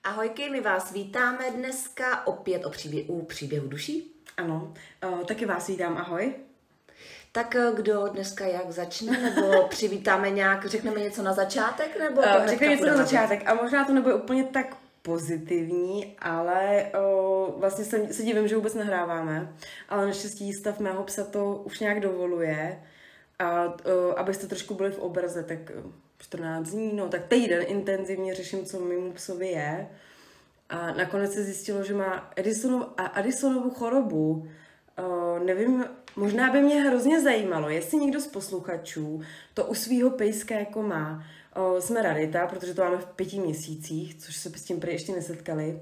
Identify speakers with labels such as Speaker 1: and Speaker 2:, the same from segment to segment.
Speaker 1: Ahojky, my vás vítáme dneska opět u příběhu duší.
Speaker 2: Ano, taky vás vítám, ahoj.
Speaker 1: Tak kdo dneska jak začne, nebo přivítáme nějak, řekneme něco na začátek, nebo
Speaker 2: řekneme něco na začátek a možná to nebude úplně tak pozitivní, ale vlastně se divím, že vůbec nahráváme, ale naštěstí stav mého psa to už nějak dovoluje a abyste trošku byli v obraze, tak 14 dní, no tak týden intenzivně řeším, co mému psovi je a nakonec se zjistilo, že má Addisonovu chorobu. Nevím, možná by mě hrozně zajímalo, jestli někdo z posluchačů to u svýho pejska jako má. Jsme rarita, protože to máme v 5 měsících, což se s tím prý ještě nesetkali.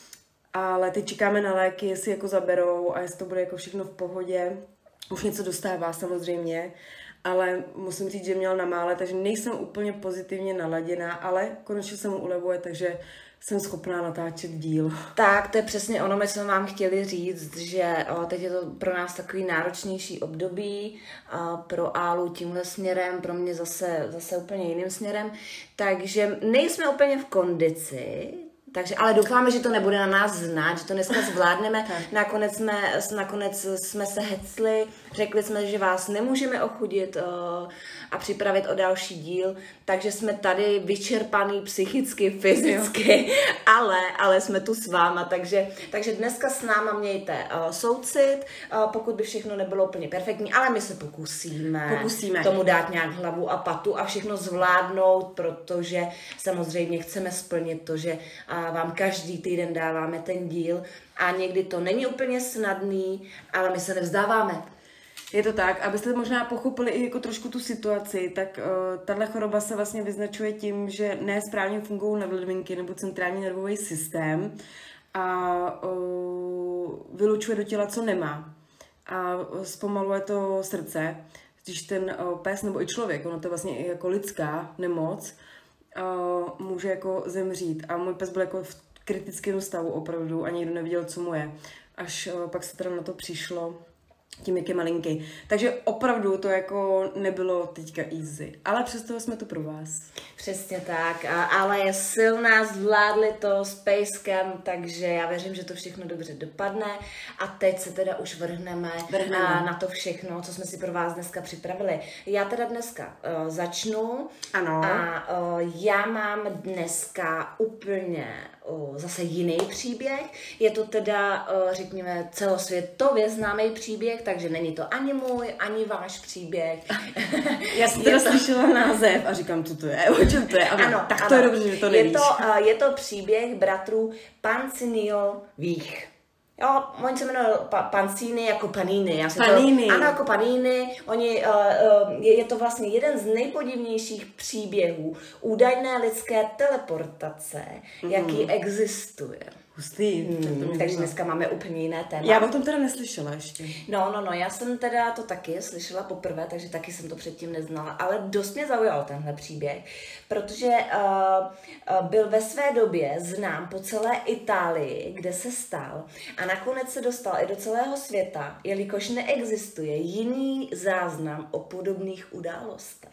Speaker 2: Ale teď čekáme na léky, jestli jako zaberou a jestli to bude jako všechno v pohodě. Už něco dostává samozřejmě, ale musím říct, že měl na mále, takže nejsem úplně pozitivně naladěná, ale konečně se mu ulevuje, takže jsem schopná natáčet díl.
Speaker 1: Tak, to je přesně ono, my jsme vám chtěli říct, že teď je to pro nás takový náročnější období, pro Álu tímhle směrem, pro mě zase úplně jiným směrem, takže nejsme úplně v kondici, takže, ale doufáme, že to nebude na nás znát, že to dneska zvládneme. Nakonec jsme se hecli, řekli jsme, že vás nemůžeme ochudit a připravit o další díl, takže jsme tady vyčerpaný psychicky, fyzicky, ale jsme tu s váma, takže dneska s náma mějte soucit, pokud by všechno nebylo úplně perfektní, ale my se pokusíme tomu dát nějak hlavu a patu a všechno zvládnout, protože samozřejmě chceme splnit to, že vám každý týden dáváme ten díl a někdy to není úplně snadný, ale my se nevzdáváme.
Speaker 2: Je to tak, abyste možná pochopili i jako trošku tu situaci, tak tahle choroba se vlastně vyznačuje tím, že nesprávně fungují nadledvinky nebo centrální nervový systém a vylučuje do těla, co nemá. A zpomaluje to srdce, když ten pes nebo i člověk, ono to vlastně i jako lidská nemoc, může jako zemřít. A můj pes byl jako v kritickém stavu opravdu a nikdo neviděl, co mu je. Až pak se teda na to přišlo tím, jak je malinký. Takže opravdu to jako nebylo teďka easy. Ale přesto jsme tu pro vás.
Speaker 1: Přesně tak. Ale je silná, zvládli to s pejskem, takže já věřím, že to všechno dobře dopadne. A teď se teda už vrhneme. Na to všechno, co jsme si pro vás dneska připravili. Já teda dneska začnu.
Speaker 2: Ano.
Speaker 1: A já mám dneska úplně zase jiný příběh. Je to teda, řekněme, celosvětově známý příběh, takže není to ani můj, ani váš příběh.
Speaker 2: Já jsem teda slyšela název a říkám, co to je, o čem to je.
Speaker 1: Ano,
Speaker 2: tak to je dobře, že to nevíš.
Speaker 1: Je to příběh bratrů Panciniových. Jo, oni se jmenují Pancini jako Panini. Ano, jako Panini. Je to vlastně jeden z nejpodivnějších příběhů údajné lidské teleportace, jaký existuje.
Speaker 2: Hustý.
Speaker 1: Takže dneska máme úplně jiné téma.
Speaker 2: Já o tom teda neslyšela ještě.
Speaker 1: No, já jsem teda to taky slyšela poprvé, takže taky jsem to předtím neznala, ale dost mě zaujal tenhle příběh, protože byl ve své době znám po celé Itálii, kde se stal a nakonec se dostal i do celého světa, jelikož neexistuje jiný záznam o podobných událostech.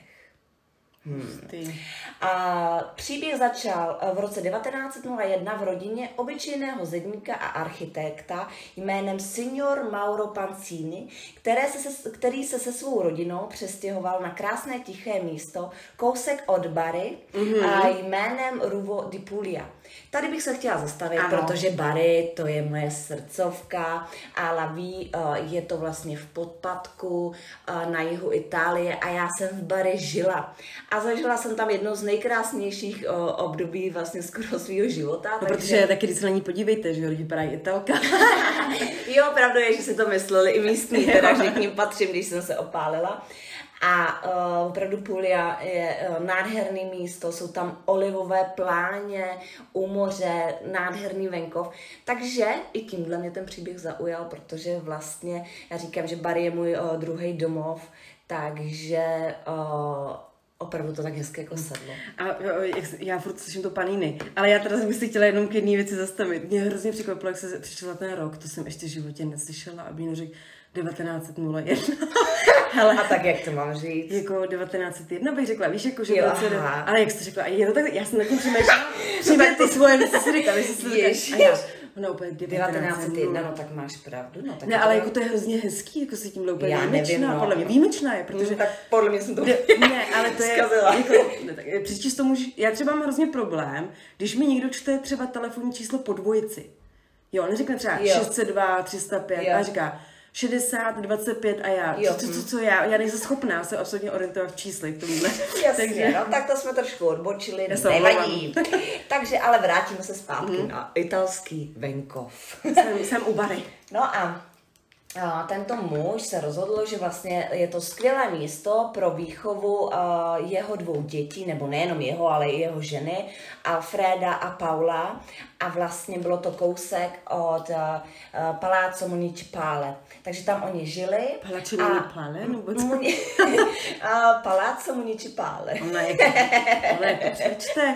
Speaker 1: A příběh začal v roce 1901 v rodině obyčejného zedníka a architekta jménem Signor Mauro Pancini, který se se svou rodinou přestěhoval na krásné tiché místo kousek od Bari a jménem Ruvo di Puglia. Tady bych se chtěla zastavit, protože Bari, to je moje srdcovka a Laví je to vlastně v Podpadku na jihu Itálie a já jsem v Bari žila. A zažila jsem tam jedno z nejkrásnějších období vlastně skoro svého života.
Speaker 2: No, protože taky když se na ní podívejte, že vypadá Italka.
Speaker 1: Jo, pravda je, že si to mysleli i místní, teda, že k ním patřím, když jsem se opálila. A opravdu Puglia je nádherný místo, jsou tam olivové pláně, u moře, nádherný venkov. Takže i tímhle mě ten příběh zaujal, protože vlastně já říkám, že Bari je můj druhý domov, takže opravdu to tak hezky jako sedlo.
Speaker 2: A já furt slyším to Panini, ale já teda bych si chtěla jenom k jedné věci zastavit. Mě hrozně překvapilo, jak se přišla ten rok, to jsem ještě v životě neslyšela, aby někdo řekl 1901. Hele.
Speaker 1: A tak jak to mám říct?
Speaker 2: Jako 1901 bych řekla, víš, jako že
Speaker 1: Jo,
Speaker 2: 20,
Speaker 1: aha.
Speaker 2: ale jak jsi to řekla, je to tak, já jsem nad tím přemýšlela, přijde ty svoje, co jsi říkala, jestli jsi to říkala, ona úplně
Speaker 1: 1901, no tak máš pravdu. No, tak
Speaker 2: ne, ale jako to je hrozně hezký, jako si tímhle úplně výjimečná,
Speaker 1: no.
Speaker 2: podle mě výjimečná je, protože...
Speaker 1: tak podle mě jsem to
Speaker 2: ne, ale to je, jako, přečíst to můžu, já třeba mám hrozně problém, když mi někdo čte třeba telefonní číslo po dvojici. Jo, on řekne třeba 602, 305 a říká 60, 25 a já, co já nejsem schopná se absolutně orientovat v číslech tomuhle.
Speaker 1: Jasně,
Speaker 2: takže...
Speaker 1: no tak to jsme trošku odbočili, nevadí. Takže ale vrátíme se zpátky na italský venkov.
Speaker 2: Jsem u Bari.
Speaker 1: No a tento muž se rozhodl, že vlastně je to skvělé místo pro výchovu jeho 2 dětí, nebo nejenom jeho, ale i jeho ženy, Alfreda a Paula. A vlastně bylo to kousek od Palazzo Municipale. Takže tam oni žili.
Speaker 2: Palazzo Municipale? Nebo co?
Speaker 1: Palazzo Municipale.
Speaker 2: Ona jak přečte.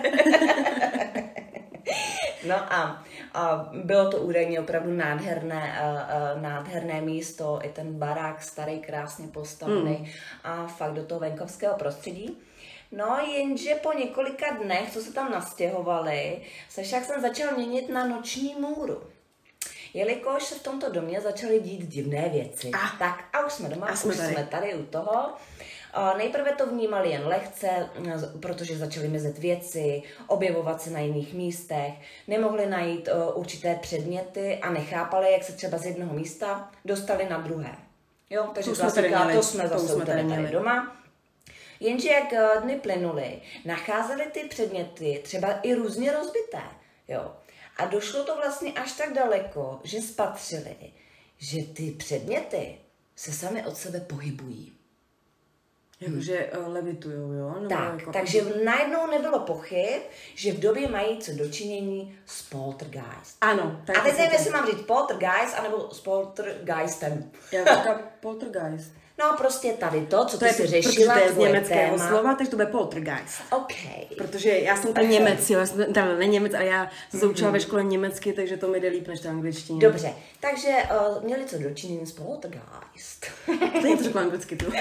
Speaker 1: No a bylo to údajně opravdu nádherné místo, i ten barák starý, krásně postavený a fakt do toho venkovského prostředí. No jenže po několika dnech, co se tam nastěhovali, se však jsem začal měnit na noční můru. Jelikož se v tomto domě začaly dít divné věci. Tak a už jsme doma, už jsme tady u toho. Nejprve to vnímali jen lehce, protože začaly mizet věci, objevovat se na jiných místech, nemohli najít určité předměty a nechápali, jak se třeba z jednoho místa dostali na druhé. Jo, takže klasika, to jsme zase tady doma. Jenže jak dny plynuly, nacházeli ty předměty třeba i různě rozbité. Jo. A došlo to vlastně až tak daleko, že spatřili, že ty předměty se sami od sebe pohybují.
Speaker 2: Jakože levitujou, jo? Nebo
Speaker 1: tak,
Speaker 2: jako...
Speaker 1: takže najednou nebylo pochyb, že v době mají co dočinění s poltergeist.
Speaker 2: Ano.
Speaker 1: A teď nevím, jestli mám říct poltergeist, anebo s poltergeistem.
Speaker 2: Já říkám poltergeist.
Speaker 1: No prostě tady to, co ty si řešila,
Speaker 2: to je z německého slova, takže to bude poltergeist.
Speaker 1: OK.
Speaker 2: Protože já jsem ten Němec, jo, já jsem ne Němec, ale já jsem se učila ve škole německy, takže to mi jde líp než ta angličtina.
Speaker 1: Dobře, takže měli co dočinění s poltergeist.
Speaker 2: To je to řekla anglicky, tu.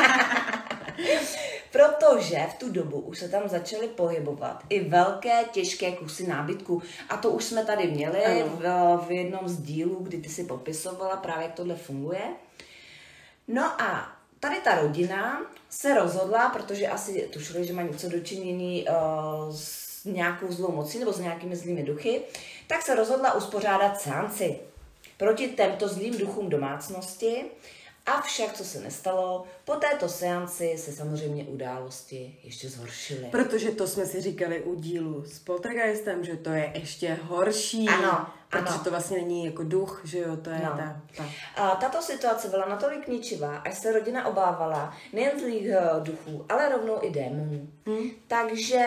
Speaker 1: Protože v tu dobu už se tam začaly pohybovat i velké, těžké kusy nábytku. A to už jsme tady měli v jednom z dílů, kdy ty si popisovala právě, jak tohle funguje. No a tady ta rodina se rozhodla, protože asi tušili, že má něco dočinění s nějakou zlou mocí nebo s nějakými zlými duchy, tak se rozhodla uspořádat seanci proti těmto zlým duchům domácnosti. Avšak, co se nestalo, po této seanci se samozřejmě události ještě zhoršily.
Speaker 2: Protože to jsme si říkali u dílu s poltergeistem, že to je ještě horší.
Speaker 1: Ano.
Speaker 2: Protože to vlastně není jako duch, že jo, to je
Speaker 1: Tato situace byla natolik ničivá, až se rodina obávala nejen zlých duchů, ale rovnou i démonů. Takže,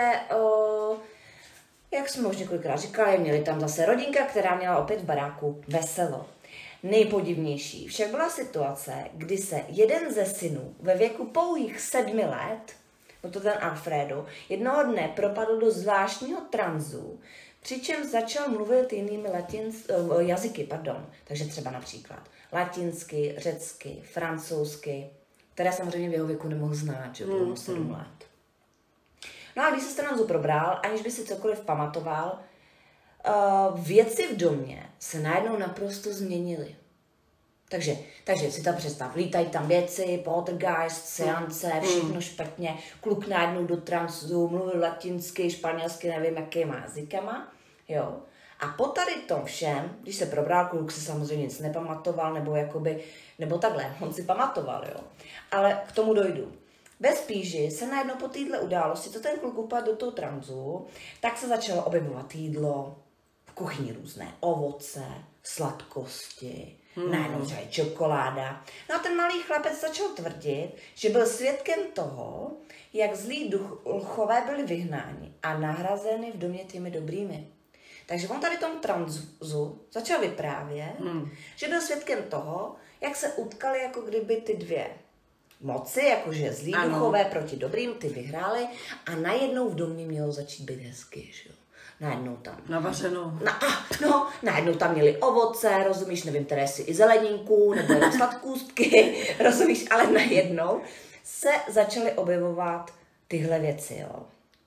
Speaker 1: jak jsme už několikrát říkali, měli tam zase rodinka, která měla opět v baráku veselo. Nejpodivnější však byla situace, kdy se jeden ze synů ve věku pouhých 7 let, no to ten Alfredo, jednoho dne propadl do zvláštního tranzu, přičemž začal mluvit jinými jazyky, takže třeba například latinsky, řecky, francouzsky, které samozřejmě v jeho věku nemohl znát, že bylo 7 let. No a když se z tranzu probral, aniž by si cokoliv pamatoval, věci v domě se najednou naprosto změnily. Takže si tam představ, lítají tam věci, poltergeist, seance, všechno špatně, kluk najednou do transu, mluvil latinsky, španělsky, nevím jakýma jazykama, jo. A po tady tom všem, když se probral, kluk si samozřejmě nic nepamatoval, nebo takhle, on si pamatoval, jo. Ale k tomu dojdu. Ve spíži se najednou po této události, co ten kluk upadl do toho tranzu, tak se začalo objevovat jídlo, v kuchyni různé ovoce, sladkosti, najednou třeba čokoláda. No a ten malý chlapec začal tvrdit, že byl svědkem toho, jak zlí duchové byli vyhnáni a nahrazeny v domě těmi dobrými. Takže on tady tomu tranzu začal vyprávět, že byl svědkem toho, jak se utkali jako kdyby ty dvě moci, jakože zlí duchové proti dobrým, ty vyhráli a najednou v domě mělo začít být hezky, že jo. najednou tam.
Speaker 2: Navařeno.
Speaker 1: Najednou tam měli ovoce, rozumíš, nevím, které si i zeleninku, nebo jenom sladkůstky, rozumíš, ale najednou se začaly objevovat tyhle věci, jo.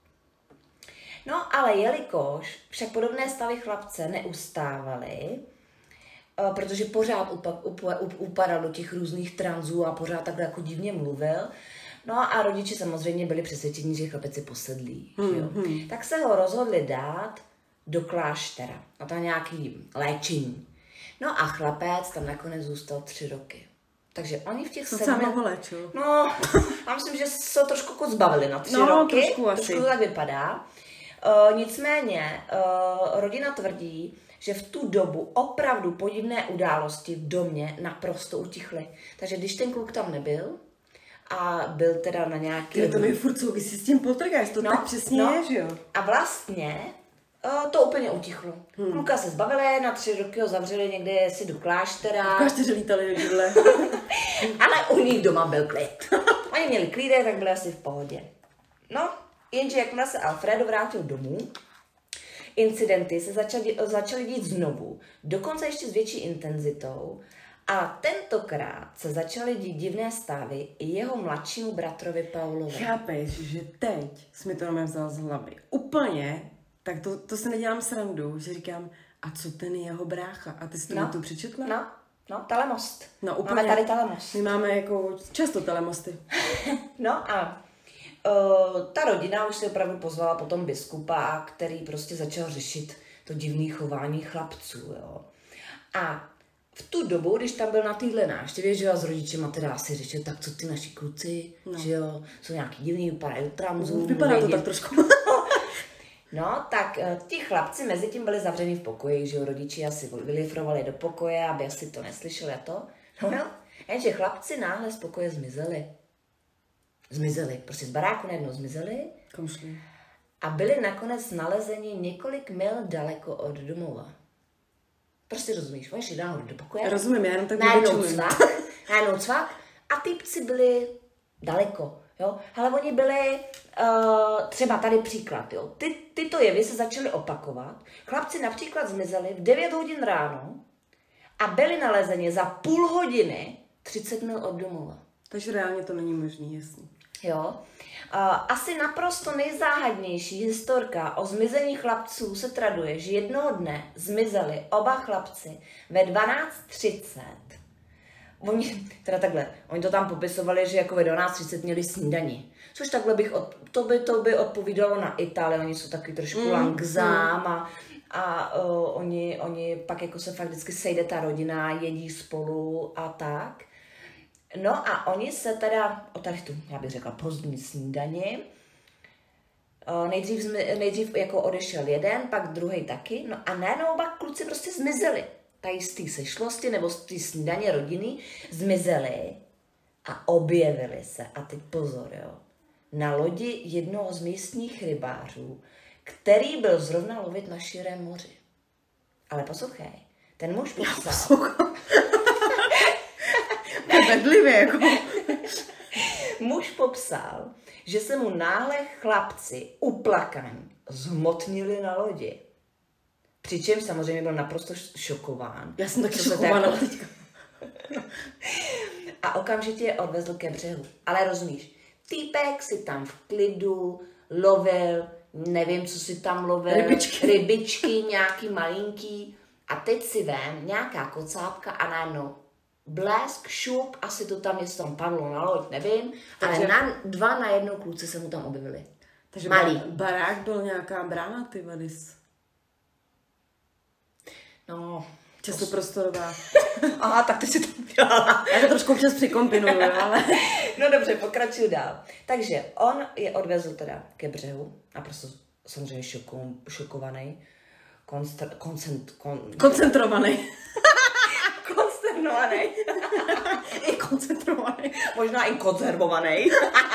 Speaker 1: No, ale jelikož však podobné stavy chlapce neustávaly, protože pořád upadal do těch různých tranzů a pořád takhle jako divně mluvil, no a rodiče samozřejmě byli přesvědčeni, že chlapec je posedlý, jo. Tak se ho rozhodli dát do kláštera, na to nějaký léčení. No a chlapec tam nakonec zůstal 3 roky. Takže oni v těch 7... No, já myslím, že se ho trošku jako zbavili na 3 roky. Trošku to tak vypadá. Nicméně rodina tvrdí, že v tu dobu opravdu podivné události v domě naprosto utichly. Takže když ten kluk tam nebyl a byl teda na nějaký...
Speaker 2: To mi furt souvisí s tím poltergeist, to tak přesně je, že jo?
Speaker 1: A vlastně to úplně utichlo. Kluka se zbavili, na 3 roky ho zavřeli někde si do kláštera.
Speaker 2: V klášteře lítali do židle.
Speaker 1: Ale u nich doma byl klid. Oni měli klídek, tak byli asi v pohodě. No, jenže jakmile se Alfredo vrátil domů, incidenty se začaly dít znovu, dokonce ještě s větší intenzitou, a tentokrát se začaly dít divné stavy i jeho mladšímu bratrovi Paulovi.
Speaker 2: Chápeš, že teď jsi mi to na vzal z hlavy. Úplně, tak to se nedělám srandu, že říkám, a co ten jeho brácha? A ty jsi to tu přečetla?
Speaker 1: No, telemost.
Speaker 2: No, úplně.
Speaker 1: Máme tady telemost.
Speaker 2: My máme jako často telemosty.
Speaker 1: No a ta rodina už si opravdu pozvala potom biskupa, který prostě začal řešit to divné chování chlapců, jo. A v tu dobu, když tam byl na téhle návštěvě, že jo, s rodičema teda asi řešil, tak co ty naši kluci, že jo, jsou nějaký divný, vypadají do tramzů.
Speaker 2: Vypadá to tak trošku.
Speaker 1: No, tak ti chlapci mezi tím byli zavřeni v pokoji, že jo, rodiči asi vylifrovali do pokoje, aby asi to neslyšeli a to. No jo, jenže chlapci náhle z pokoje zmizeli, prostě z baráku najednou zmizeli.
Speaker 2: Kam šli?
Speaker 1: A byli nakonec nalezeni několik mil daleko od domova. Prostě rozumíš, oni šli nahoru do pokoje.
Speaker 2: Rozumím, já jenom tak
Speaker 1: najednou cvak a typci byli daleko, jo. Ale oni byli, třeba tady příklad, jo. Tyto jevy se začaly opakovat. Chlapci například zmizeli v 9 hodin ráno a byli nalezeni za půl hodiny 30 mil od domova.
Speaker 2: Takže reálně to není možný, jasný.
Speaker 1: Jo. Asi naprosto nejzáhadnější historka o zmizení chlapců se traduje, že jednoho dne zmizeli oba chlapci ve 12:30. Oni to tam popisovali, že jako ve 12:30 měli snídani. Což takhle to by odpovídalo na Itálii, oni jsou taky trošku langzám a oni pak jako se fakt vždycky sejde ta rodina, jedí spolu a tak. No a oni se teda, já bych řekla, pozdní snídani, nejdřív jako odešel jeden, pak druhý taky, no a najednou oba kluci prostě zmizeli. Tady z té sešlosti nebo z té snídaně rodiny zmizeli a objevili se, a teď pozor, jo, na lodi jednoho z místních rybářů, který byl zrovna lovit na širém moři. Ale poslouchej, ten muž popsal...
Speaker 2: Bedlivě, jako.
Speaker 1: Muž popsal, že se mu náhle chlapci uplakaní zhmotnili na lodi. Přičem samozřejmě byl naprosto šokován.
Speaker 2: Já jsem taky šokovaná teďka.
Speaker 1: A okamžitě je odvezl ke břehu. Ale rozumíš, týpek si tam v klidu lovil, nevím, co si tam lovil. Rybičky nějaký malinký. A teď si vem nějaká kocápka a najednou blesk, šup, asi to tam, jestli tam padlo na loď, nevím, takže, ale dva na jednou kluci se mu tam objevili.
Speaker 2: Takže barák byl nějaká brána, ty vadis.
Speaker 1: No.
Speaker 2: Časoprostorová.
Speaker 1: Aha, tak ty si to dělala.
Speaker 2: Já to trošku občas přikombinuju, ale...
Speaker 1: No dobře, pokračuju dál. Takže on je odvezl teda ke břehu, naprosto samozřejmě šokovaný,
Speaker 2: koncentrovaný.
Speaker 1: I koncentrovaný. Možná i konzervovaný.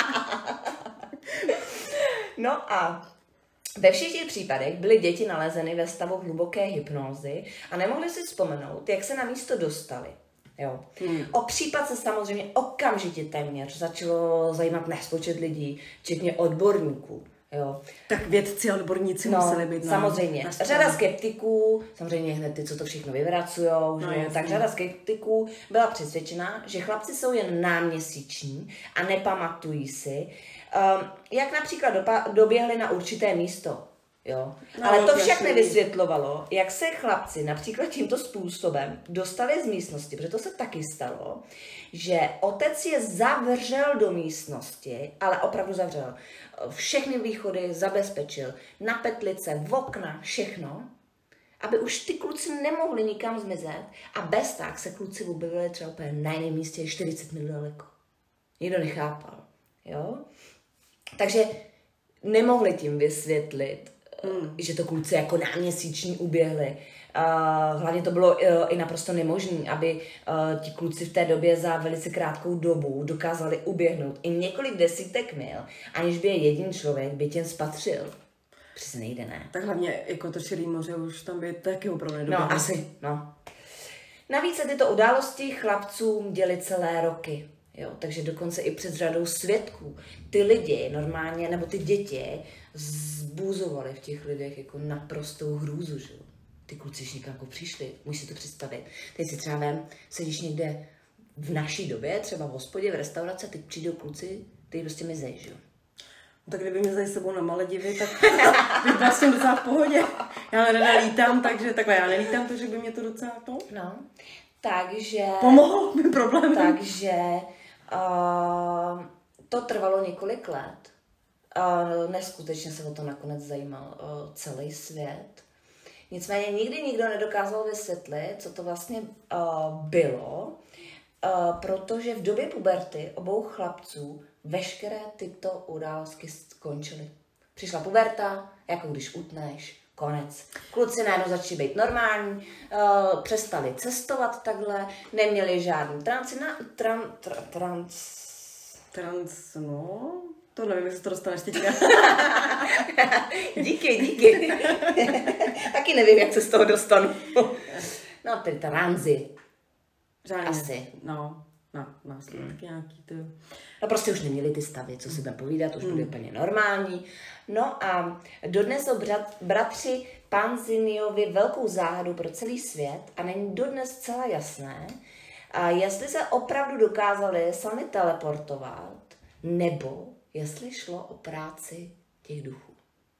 Speaker 1: No a ve všech těch případech byly děti nalezeny ve stavu hluboké hypnózy a nemohli si vzpomenout, jak se na místo dostali. Jo. O případ se samozřejmě okamžitě téměř začalo zajímat nespočet lidí, včetně odborníků. Jo.
Speaker 2: Tak vědci a odborníci museli být
Speaker 1: samozřejmě. Řada skeptiků, samozřejmě hned ty, co to všechno vyvracujou, tak řada skeptiků byla přesvědčena, že chlapci jsou jen náměsíční a nepamatují si, jak například doběhli na určité místo. Jo. Ale to však nevysvětlovalo, jak se chlapci například tímto způsobem dostali z místnosti, protože to se taky stalo, že otec je zavřel do místnosti, ale opravdu zavřel. Všechny východy zabezpečil, na petlice, v okna, všechno, aby už ty kluci nemohli nikam zmizet a bez tak se kluci objevili třeba úplně na jiném místě 40 mil daleko. Nikdo nechápal. Jo? Takže nemohli tím vysvětlit, že to kluci jako náměsíční uběhli. Hlavně to bylo i naprosto nemožné, aby ti kluci v té době za velice krátkou dobu dokázali uběhnout i několik desítek mil, aniž by je jediný člověk by těm spatřil. Přesně nejde, ne?
Speaker 2: Tak hlavně jako to Širý moře už tam by taky opravdu
Speaker 1: nedoběhlo. No, asi, no. Navíc se tyto události chlapcům děly celé roky. Jo, takže dokonce i před řadou svědků ty lidi normálně, nebo ty děti zbuzovaly v těch lidech jako naprostou hrůzu, že jo. Ty kluci někam jako přišli, můžeš si to představit. Teď si třeba sedíš někde v naší době, třeba v hospodě, v restauraci, teď přijdou kluci, ty prostě mizej, že jo.
Speaker 2: No, tak kdyby mě vzali s sebou na Maledivy, tak bych vlastně docela v pohodě. Já nerada lítám, takže takhle já nelítám, takže by mě to docela to.
Speaker 1: No, takže...
Speaker 2: Pomohlo mi problém.
Speaker 1: Takže to trvalo několik let. Neskutečně se o to nakonec zajímal celý svět. Nicméně nikdy nikdo nedokázal vysvětlit, co to vlastně bylo, protože v době puberty obou chlapců veškeré tyto události skončily. Přišla puberta, jako když utneš, konec. Kluci najednou začali být normální, přestali cestovat takhle, neměli žádný
Speaker 2: no, to nevím, jestli to dostaneš teďka.
Speaker 1: díky. Taky nevím, jak se z toho dostanu. No, ty tranzy.
Speaker 2: Žádný.
Speaker 1: Asi.
Speaker 2: No, taky nějaký to.
Speaker 1: No prostě už neměli ty stavy, co si budeme povídat, už byly úplně normální. No a dodnes jsou bratři Panziniovi velkou záhadu pro celý svět a není dodnes zcela jasné, jestli se opravdu dokázali sami teleportovat, nebo jestli šlo o práci těch duchů.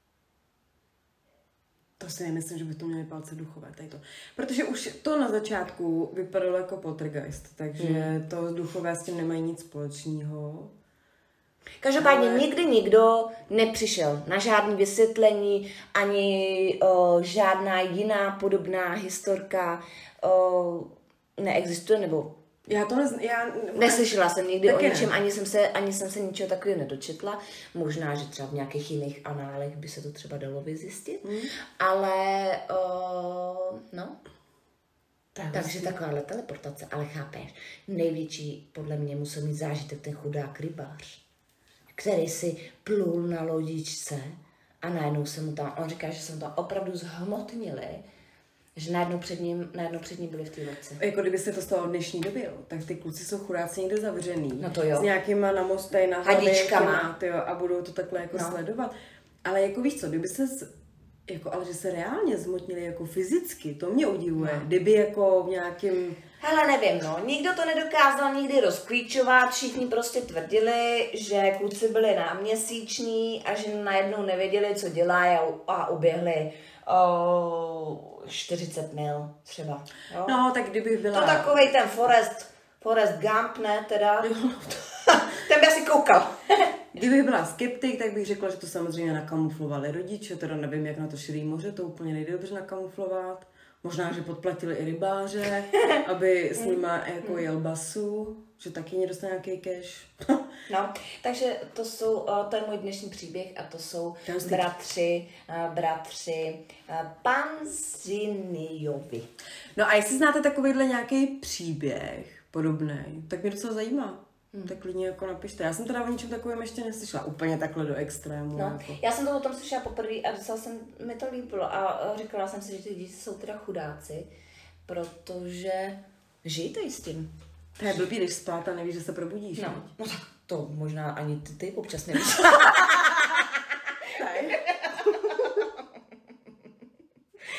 Speaker 2: To si nemyslím, že by to měli palce duchové. Tady to. Protože už to na začátku vypadalo jako poltergeist, takže to duchové s tím nemají nic společného.
Speaker 1: Každopádně nikdy nikdo nepřišel na žádné vysvětlení, ani žádná jiná podobná historka neexistuje, nebo
Speaker 2: já
Speaker 1: neslyšela jsem nikdy o ničem, ani jsem se ničeho takového nedočetla. Možná, že třeba v nějakých jiných análech by se to třeba dalo vyzjistit. Ale no. Takže takováhle teleportace, ale chápeš, největší podle mě musel mít zážitek ten chudák rybář, který si plul na lodičce a najednou se mu tam, on říká, že se mu tam opravdu zhmotnili, že najednou před ním byli v té lodce.
Speaker 2: Jako kdyby se to stalo v dnešní době, jo, tak ty kluci jsou chudáci někde zavřený.
Speaker 1: No to jo.
Speaker 2: S nějakýma na mostej, na
Speaker 1: hadičkama.
Speaker 2: A budou to takhle jako sledovat. Ale jako víš co, kdyby se ale že se reálně zmotnili jako fyzicky, to mě udivuje. No. Kdyby jako v nějakým...
Speaker 1: Hele, nevím, no. Nikdo to nedokázal nikdy rozklíčovat, všichni prostě tvrdili, že kluci byli náměsíční a že najednou nevěděli, co dělají a uběhli 40 mil třeba. Jo?
Speaker 2: No, tak kdybych byla...
Speaker 1: To takovej ten Forrest Gump, ne, teda? Ten by asi koukal.
Speaker 2: Kdybych byla skeptik, tak bych řekla, že to samozřejmě nakamuflovali rodiče, teda nevím, jak na to Širý moře, to úplně nejde dobře nakamuflovat. Možná, že podplatili i rybáře, aby s nima jako jel basu, že taky někdo dostane nějaký cash.
Speaker 1: No, takže to je můj dnešní příběh a to jsou bratři Panziniovi.
Speaker 2: No a jestli znáte takovýhle nějaký příběh podobný, tak mě docela zajímá. Tak klidně jako napište. Já jsem teda o ničem takovém ještě neslyšela. Úplně takhle do extrému.
Speaker 1: No,
Speaker 2: jako.
Speaker 1: Já jsem to o tom slyšela poprvé a docela mi to líbilo. A říkala jsem si, že ty děti jsou teda chudáci, protože žijte s tím.
Speaker 2: To je blbý, když spát a nevíš, že se probudíš.
Speaker 1: No tak to možná ani ty občas nevíš.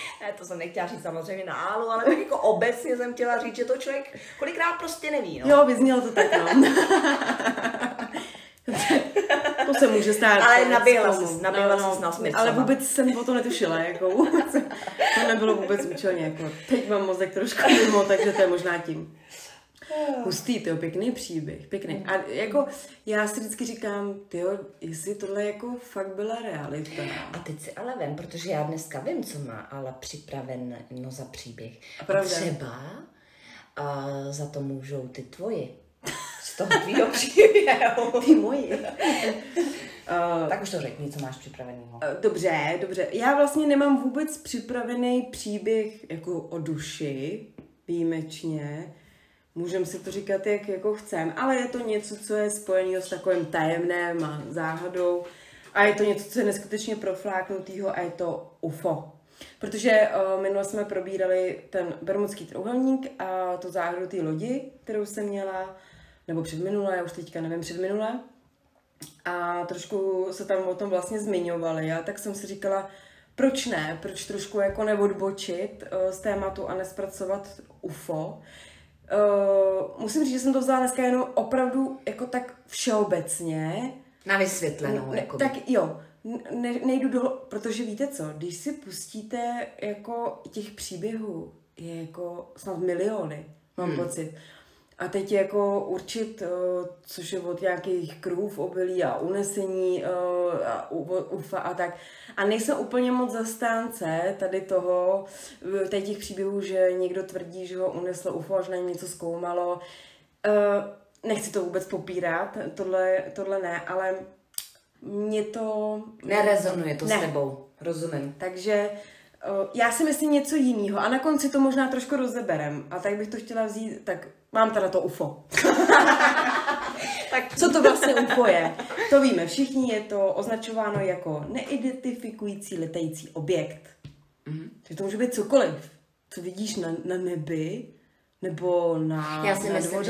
Speaker 1: Ne, to jsem nechtěla říct samozřejmě na Álu, ale tak jako obecně jsem chtěla říct, že to člověk kolikrát prostě neví, no.
Speaker 2: Jo, vyznělo to tak, no. To se může stát.
Speaker 1: Ale naběhla jsi na smrt.
Speaker 2: Ale vůbec jsem o to netušila, jako. To nebylo vůbec účelně, jako. Teď mám mozek trošku mimo, takže to je možná tím. Hustý, tyjo, pěkný příběh, pěkný. A jako, já si vždycky říkám, tyjo, jestli tohle jako fakt byla realita.
Speaker 1: A teď si ale vem, protože já dneska vím, co má ale připraveno za příběh.
Speaker 2: A
Speaker 1: třeba za to můžou ty tvoji. Z toho tvýho příběhu.
Speaker 2: Ty moji.
Speaker 1: Tak už to řekni, co máš připraveného.
Speaker 2: Dobře. Já vlastně nemám vůbec připravený příběh jako o duši, výjimečně. Můžeme si to říkat, jak jako chcem, ale je to něco, co je spojené s takovým tajemném a záhadou. A je to něco, co je neskutečně profláknutýho a je to UFO. Protože minule jsme probírali ten Bermudský trojúhelník a tu záhadu té lodi, kterou jsem měla, nebo předminule, já už teďka nevím, předminule. A trošku se tam o tom vlastně zmiňovali. A tak jsem si říkala, proč ne? Proč trošku jako neodbočit z tématu a nespracovat UFO? Musím říct, že jsem to vzala dneska jenom opravdu jako tak všeobecně.
Speaker 1: Na vysvětlenou.
Speaker 2: Tak jo, nejdu protože víte co, když si pustíte jako těch příběhů, je jako snad miliony, mám pocit. A teď jako určit, což je od nějakých kruhů v obilí a unesení a UFA a tak. A nejsem úplně moc zastánce tady toho, těch příběhů, že někdo tvrdí, že ho uneslo UFO, že na něm něco zkoumalo. Nechci to vůbec popírat, tohle ne, ale mě to...
Speaker 1: Nerezonuje to s tebou, rozumím.
Speaker 2: Takže já si myslím něco jiného a na konci to možná trošku rozeberem. A tak bych to chtěla vzít, tak mám teda to UFO. Tak co to vlastně UFO je? To víme všichni, je to označováno jako neidentifikující letající objekt. Takže to může být cokoliv, co vidíš na nebi, nebo na
Speaker 1: Já si myslím,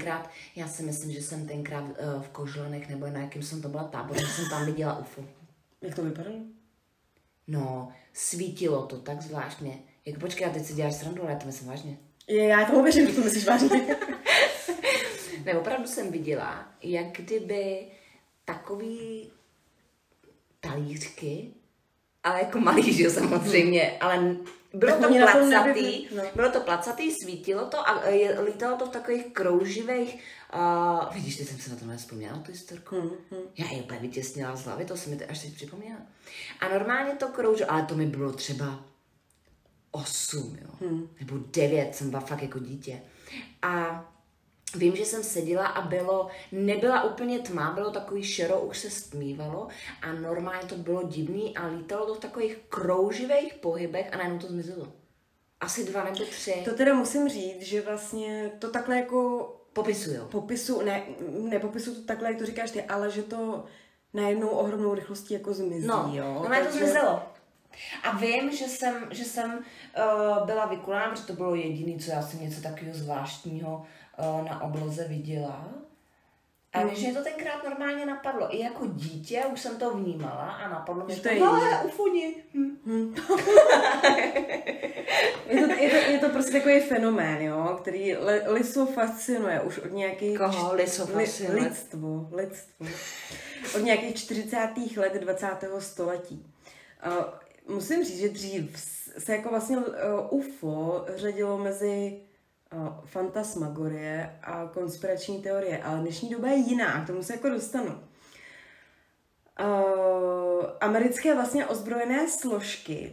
Speaker 1: že jsem tenkrát v Kožlenech, nebo na jakým jsem to byla tábor, že jsem tam viděla UFO.
Speaker 2: Jak to vypadalo?
Speaker 1: No, svítilo to tak zvláštně. Jako počkej, já teď si děláš srandu, ale já to myslím vážně.
Speaker 2: Já tomu věřím, že to myslíš vážně.
Speaker 1: Ne, opravdu jsem viděla, jak kdyby takový talířky, ale jako malý, že jo, samozřejmě, ale bylo to placatý, svítilo to a lítalo to v takových krouživých, vidíš, teď jsem se na to nevzpomněla, tu historku. Já ji úplně vytěsnila z hlavy, to se mi až teď připomněla. A normálně to kroužilo, ale to mi bylo třeba 8, jo, nebo 9, jsem byla fakt jako dítě. A vím, že jsem seděla a nebyla úplně tma, bylo takový šero, už se stmívalo a normálně to bylo divný a lítalo to v takových krouživých pohybech a najednou to zmizelo. Asi 2 nebo 3.
Speaker 2: To teda musím říct, že vlastně to takhle jako... Nepopisuju to takhle, jak to říkáš ty, ale že to najednou ohromnou rychlostí jako zmizí, jo.
Speaker 1: No, to zmizelo. A vím, že jsem byla vykulána, protože to bylo jediné, co já jsem něco takového zvláštního na obloze viděla. A víš, mě to tenkrát normálně napadlo. I jako dítě už jsem to vnímala a napadlo mě, že to je ufoni.
Speaker 2: Je to prostě takový fenomén, jo, který lidstvo fascinuje už od nějakých...
Speaker 1: Koho lidstvo fascinuje?
Speaker 2: Lidstvo. Od nějakých 40. let 20. století. Musím říct, že dřív se jako vlastně UFO řadilo mezi fantasmagorie a konspirační teorie, ale dnešní doba je jiná, k tomu se jako dostanu. Americké vlastně ozbrojené složky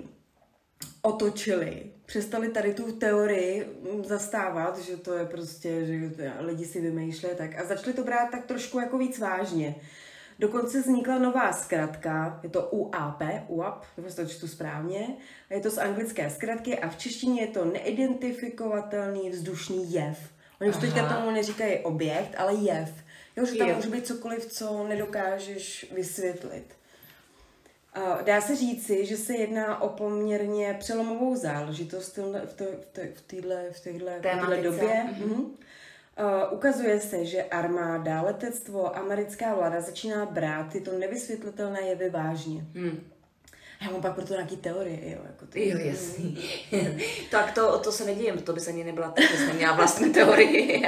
Speaker 2: přestali tady tu teorii zastávat, že to je prostě, že lidi si vymýšlejí tak a začali to brát tak trošku jako víc vážně. Dokonce vznikla nová zkratka, je to UAP, to čtu správně, je to z anglické zkratky a v češtině je to neidentifikovatelný vzdušný jev. Oni už teďka tomu neříkají objekt, ale jev. Jo, že tam může být cokoliv, co nedokážeš vysvětlit. Dá se říci, že se jedná o poměrně přelomovou záležitost v téhle době. Ukazuje se, že armáda, letectvo, americká vláda začíná brát tyto nevysvětlitelné jevy vážně. Já mám pak proto nějaký teorie, jo. Jako to,
Speaker 1: jo, jasný. Tak to se nedívím, to bys ani nebyla tak, že neměla vlastní teorii.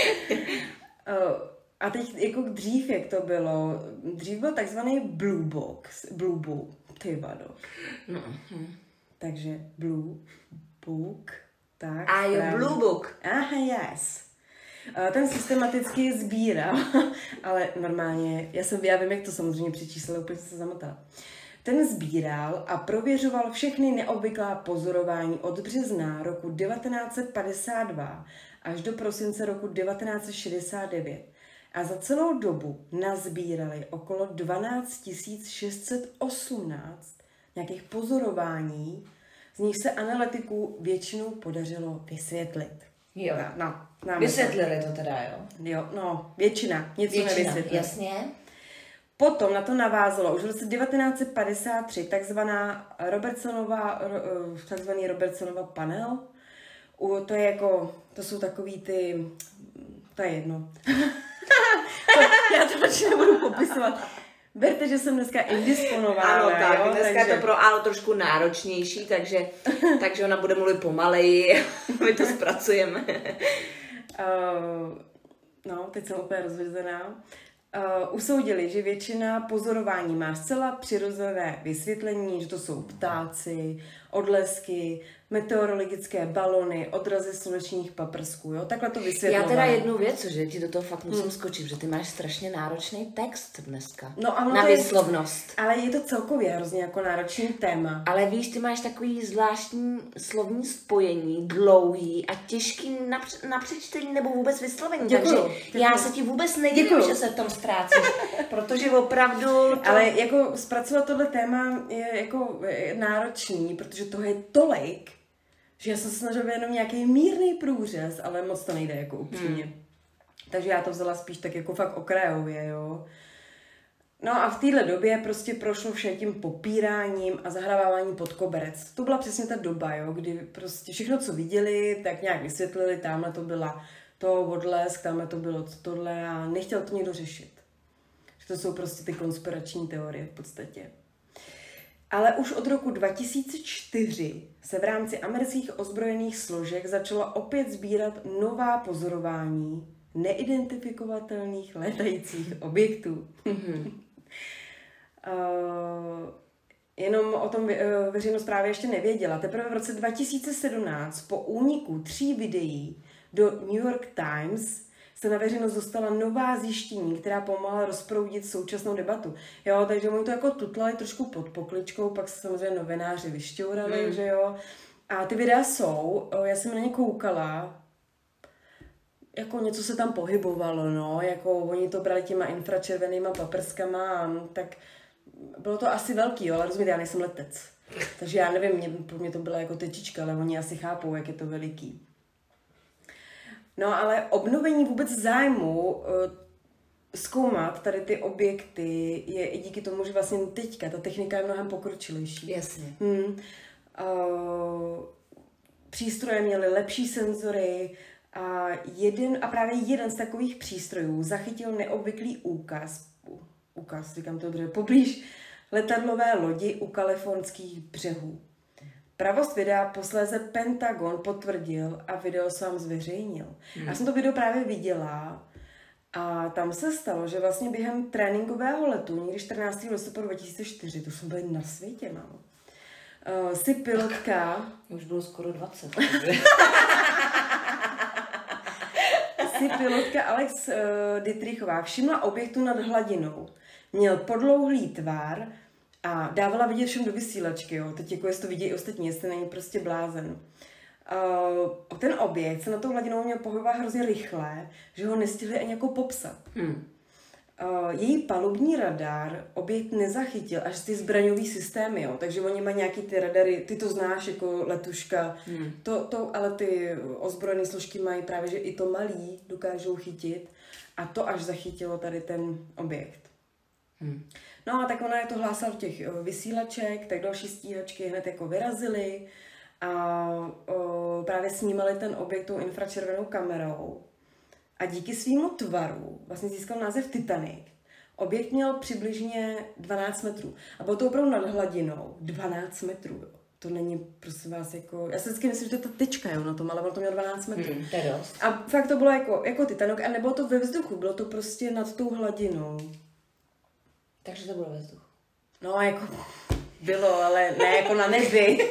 Speaker 2: A teď jako dřív, jak to bylo, dřív byl takzvaný Blue Book, ty vado.
Speaker 1: No.
Speaker 2: Takže Blue Book, tak.
Speaker 1: A jo, Blue Book.
Speaker 2: Aha, yes. Ten systematicky sbíral, ale normálně, já vím, jak to samozřejmě přečíslo, úplně se zamotala. Ten sbíral a prověřoval všechny neobvyklá pozorování od března roku 1952 až do prosince roku 1969. A za celou dobu nazbírali okolo 12 618 nějakých pozorování, z nich se analytiků většinou podařilo vysvětlit.
Speaker 1: Jo, vysvětlili to teda, jo?
Speaker 2: Jo, no, většina nevysvětlila.
Speaker 1: Jasně.
Speaker 2: Potom na to navázalo už v roce 1953 takzvaný Robertsonova panel. To jsou takový ty, to je jedno. Já to radši nebudu popisovat. Berte, že jsem dneska indisponována.
Speaker 1: Ano, tak,
Speaker 2: jo,
Speaker 1: dneska
Speaker 2: takže...
Speaker 1: je to pro Álu trošku náročnější, takže ona bude mluvit pomaleji, my to zpracujeme.
Speaker 2: Teď jsem úplně rozvedená. Usoudili, že většina pozorování má zcela přirozené vysvětlení, že to jsou ptáci, odlesky, meteorologické balony, odrazy slunečních paprsků, jo? Takhle to vysvětlovali.
Speaker 1: Já teda jednu věc, že ti do toho fakt musím skočit, že ty máš strašně náročný text dneska.
Speaker 2: No,
Speaker 1: na výslovnost.
Speaker 2: Ale je to celkově hrozně jako náročný téma.
Speaker 1: Ale víš, ty máš takový zvláštní slovní spojení, dlouhý a těžký na přečtení nebo vůbec vyslovení.
Speaker 2: Děkuju.
Speaker 1: Já se ti vůbec nedivím, že se v tom ztrácíš, protože opravdu...
Speaker 2: Ale jako zpracovat tohle téma je jako náročný, protože toho je tolik, že já jsem se snažila jenom nějaký mírný průřez, ale moc to nejde jako upřímně. Takže já to vzala spíš tak jako fakt okrajově, jo. No a v téhle době prostě prošlo vše tím popíráním a zahrávání pod koberec. To byla přesně ta doba, jo, kdy prostě všechno, co viděli, tak nějak vysvětlili, tamhle to byla to odlesk, tamhle to bylo tohle a nechtěl to někdo řešit. Že to jsou prostě ty konspirační teorie v podstatě. Ale už od roku 2004 se v rámci amerických ozbrojených složek začala opět sbírat nová pozorování neidentifikovatelných létajících objektů. Jenom o tom veřejnost právě ještě nevěděla. Teprve v roce 2017 po úniku 3 videí do New York Times se na veřejnost dostala nová zjištění, která pomohla rozproudit současnou debatu. Jo, takže oni to jako tutlali trošku pod pokličkou, pak se samozřejmě novináři vyšťourali, že jo. A ty videa jsou, já jsem na ně koukala, jako něco se tam pohybovalo, no, jako oni to brali těma infračervenýma paprskama, tak bylo to asi velký, jo, ale rozumíte, já nejsem letec. Takže já nevím, pro mě to byla jako tečička, ale oni asi chápou, jak je to veliký. No ale obnovení vůbec zájmu zkoumat tady ty objekty je i díky tomu, že vlastně teďka ta technika je mnohem pokročilejší.
Speaker 1: Jasně.
Speaker 2: Přístroje měly lepší senzory a právě jeden z takových přístrojů zachytil neobvyklý úkaz, říkám to dobře, poblíž letadlové lodi u kalifornských břehů. Pravost videa posléze Pentagon potvrdil a video sám zveřejnil. Já jsem to video právě viděla a tam se stalo, že vlastně během tréninkového letu, někdy 14. listopadu 2004, to jsme byli na světě, mámo, si pilotka...
Speaker 1: Už bylo skoro 20.
Speaker 2: si pilotka Alex Dietrichová všimla objektu nad hladinou. Měl podlouhlý tvar a dávala vidět všem do vysílačky, jo. Teď jako jestli to vidí i ostatní, jestli není prostě blázen. Ten objekt se na tou hladinou měl pohybovat hrozně rychle, že ho nestihli ani jako popsat. Její palubní radar objekt nezachytil až ty zbraňový systémy, jo. Takže oni mají nějaký ty radary, ty to znáš jako letuška, ale ty ozbrojené složky mají právě, že i to malý dokážou chytit a to až zachytilo tady ten objekt. No a tak ona je to hlásala v těch vysílaček, tak další stíhačky hned jako vyrazily a právě snímali ten objekt tou infračervenou kamerou. A díky svýmu tvaru vlastně získal název Titanic. Objekt měl přibližně 12 metrů. A bylo to opravdu nad hladinou. 12 metrů, jo. To není, prosím vás, jako... Já si vždycky myslím, že to je ta tyčka, jo, na tom, ale ono to mělo 12 metrů.
Speaker 1: To je dost.
Speaker 2: A fakt to bylo jako Titanic a nebylo to ve vzduchu, bylo to prostě nad tou hladinou.
Speaker 1: Takže to bylo ve vzduchu.
Speaker 2: No, jako bylo, ale ne jako na nebi.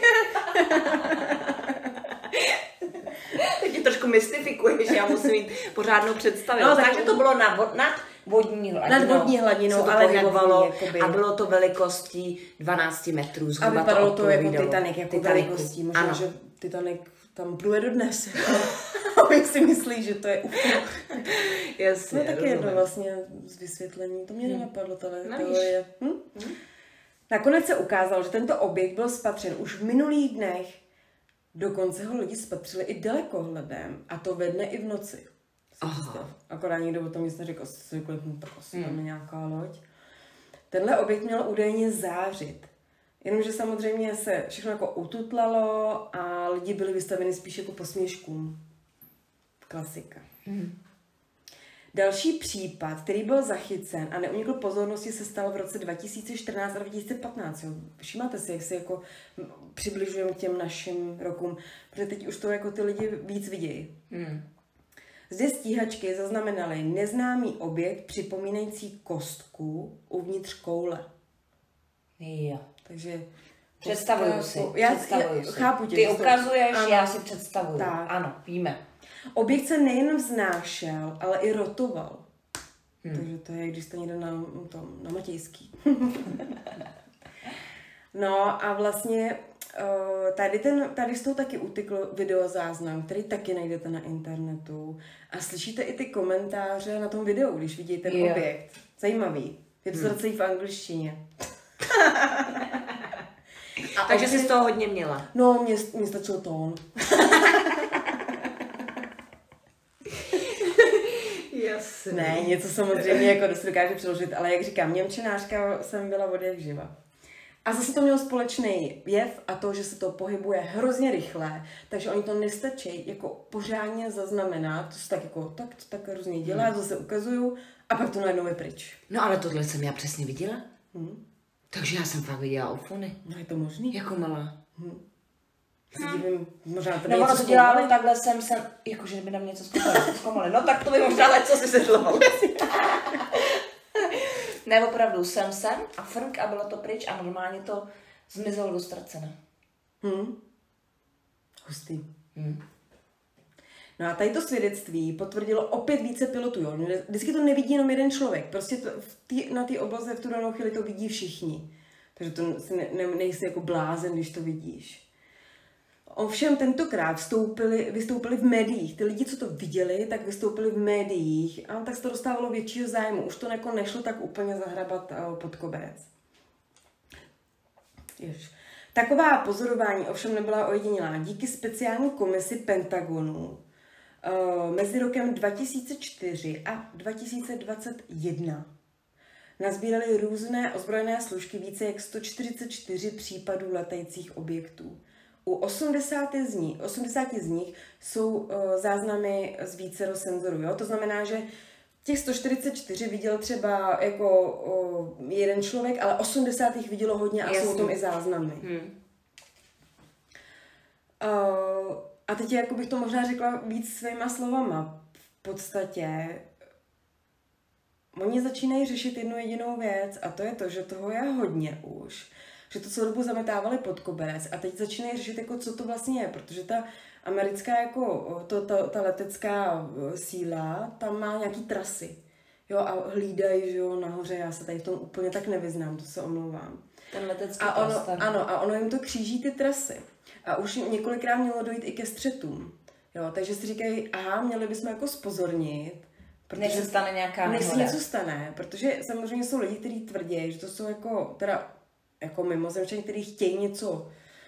Speaker 1: Teď trošku mystifikuješ, já musím mít pořádnou představu. No, takže to bylo nad vodní hladinou.
Speaker 2: Nad vodní hladinou,
Speaker 1: se to
Speaker 2: ale
Speaker 1: pohybovalo
Speaker 2: jakoby.
Speaker 1: A bylo to velikostí 12 metrů.
Speaker 2: A vypadalo to jako Titanic, jako
Speaker 1: Titanicu.
Speaker 2: velikostí. Možná,
Speaker 1: ano.
Speaker 2: že Titanic tam pluje dodnes. A oni si myslí, že to je úplně...
Speaker 1: Jasně,
Speaker 2: no taky jedno vlastně z vysvětlení. To mě nenapadlo, teorie. Nakonec se ukázalo, že tento objekt byl spatřen už v minulých dnech. Dokonce ho lidi spatřili i dalekohledem. A to ve dne i v noci. Akorát nikdo o tom nic neřekl, tak asi tam je nějaká loď. Tenhle objekt měl údajně zářit. Jenomže samozřejmě se všechno jako ututlalo a lidi byli vystaveni spíš jako posměškům. Klasika. Další případ, který byl zachycen a neunikl pozornosti, se stal v roce 2014 a 2015. Jo. Všimáte si, jak se jako přibližujeme k těm našim rokům, protože teď už to jako ty lidi víc vidějí. Zde stíhačky zaznamenaly neznámý objekt připomínající kostku uvnitř koule.
Speaker 1: Jo.
Speaker 2: Takže
Speaker 1: představuju si.
Speaker 2: Já chápu tě.
Speaker 1: Ty ukazuješ, já si představuju.
Speaker 2: Tak.
Speaker 1: Ano, víme.
Speaker 2: Objekt se nejen vznášel, ale i rotoval. Takže to je, když jste někde na Matějský. No a vlastně tady z toho taky utekl videozáznam, který taky najdete na internetu. A slyšíte i ty komentáře na tom videu, když vidíte ten objekt. Zajímavý. Je to celý v angličtině.
Speaker 1: Takže jsi z toho hodně měla.
Speaker 2: No, mě stačil tón.
Speaker 1: Jasně.
Speaker 2: Ne, něco samozřejmě jako dost dokáže přeložit, ale jak říkám, němčinářka jsem byla od jak živa. A zase to mělo společný jev a to, že se to pohybuje hrozně rychle, takže oni to nestačí jako pořádně zaznamenat, to se tak jako tak různě dělá, zase ukazuju a pak to najednou je pryč.
Speaker 1: No ale tohle jsem já přesně viděla. Takže já jsem fakt viděla ufony.
Speaker 2: No je to možný?
Speaker 1: Jako malá.
Speaker 2: Se divím, možná to
Speaker 1: nebo to dělala takhle jsem, jakože by na mě něco zkoumali. No tak to by možná leco si sedlo. Ne, opravdu jsem a frnk a bylo to pryč a normálně to zmizelo do ztracena.
Speaker 2: Hustý. No a tady to svědectví potvrdilo opět více pilotů. Jo. Vždycky to nevidí jenom jeden člověk. Prostě na té obloze v tu danou chvíli to vidí všichni. Takže to nejsi jako blázen, když to vidíš. Ovšem tentokrát vystoupili v médiích. Ty lidi, co to viděli, tak vystoupili v médiích a tak se to dostávalo většího zájmu. Už to jako nešlo tak úplně zahrabat pod koberec. Taková pozorování ovšem nebyla ojedinělá. Díky speciální komisi Pentagonu mezi rokem 2004 a 2021 nazbírali různé ozbrojené složky více jak 144 případů letajících objektů. U 80 z nich jsou záznamy z vícero senzorů. Jo? To znamená, že těch 144 viděl třeba jako jeden člověk, ale 80 jich vidělo hodně a jsou o tom i záznamy. A teď jako bych to možná řekla víc svýma slovama. V podstatě oni začínají řešit jednu jedinou věc a to je to, že toho je hodně už. Že to celou dobu zametávali pod koberec a teď začínají řešit, jako, co to vlastně je, protože ta americká jako, ta letecká síla, tam má nějaký trasy. Jo, a hlídají, že jo, nahoře, já se tady v tom úplně tak nevyznám, to se omlouvám.
Speaker 1: Ten letecký
Speaker 2: ano, a ono jim to kříží ty trasy. A už několikrát mělo dojít i ke střetům. Jo, takže si říkají, měli bychom jako zpozornit,
Speaker 1: než se stane nějaká nehoda.
Speaker 2: Než se něco stane, protože samozřejmě jsou lidi, kteří tvrdí, že to jsou jako, teda jako mimozemšťané, kteří chtějí něco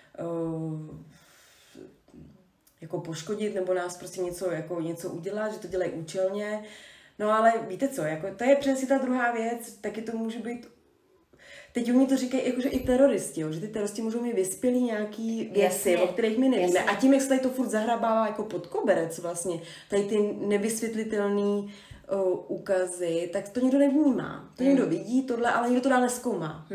Speaker 2: jako poškodit nebo nás prostě něco udělat, že to dělají účelně. No ale víte co, jako, to je přesně ta druhá věc, taky to může být. Teď oni to říkají jakože i teroristi, jo, že ty teroristi můžou mít vyspělý nějaký věci, o kterých my nevíme. A tím, jak se tady to furt zahrabává jako pod koberec vlastně, tady ty nevysvětlitelné úkazy, tak to nikdo nevnímá. To někdo vidí tohle, ale nikdo to dál nezkoumá.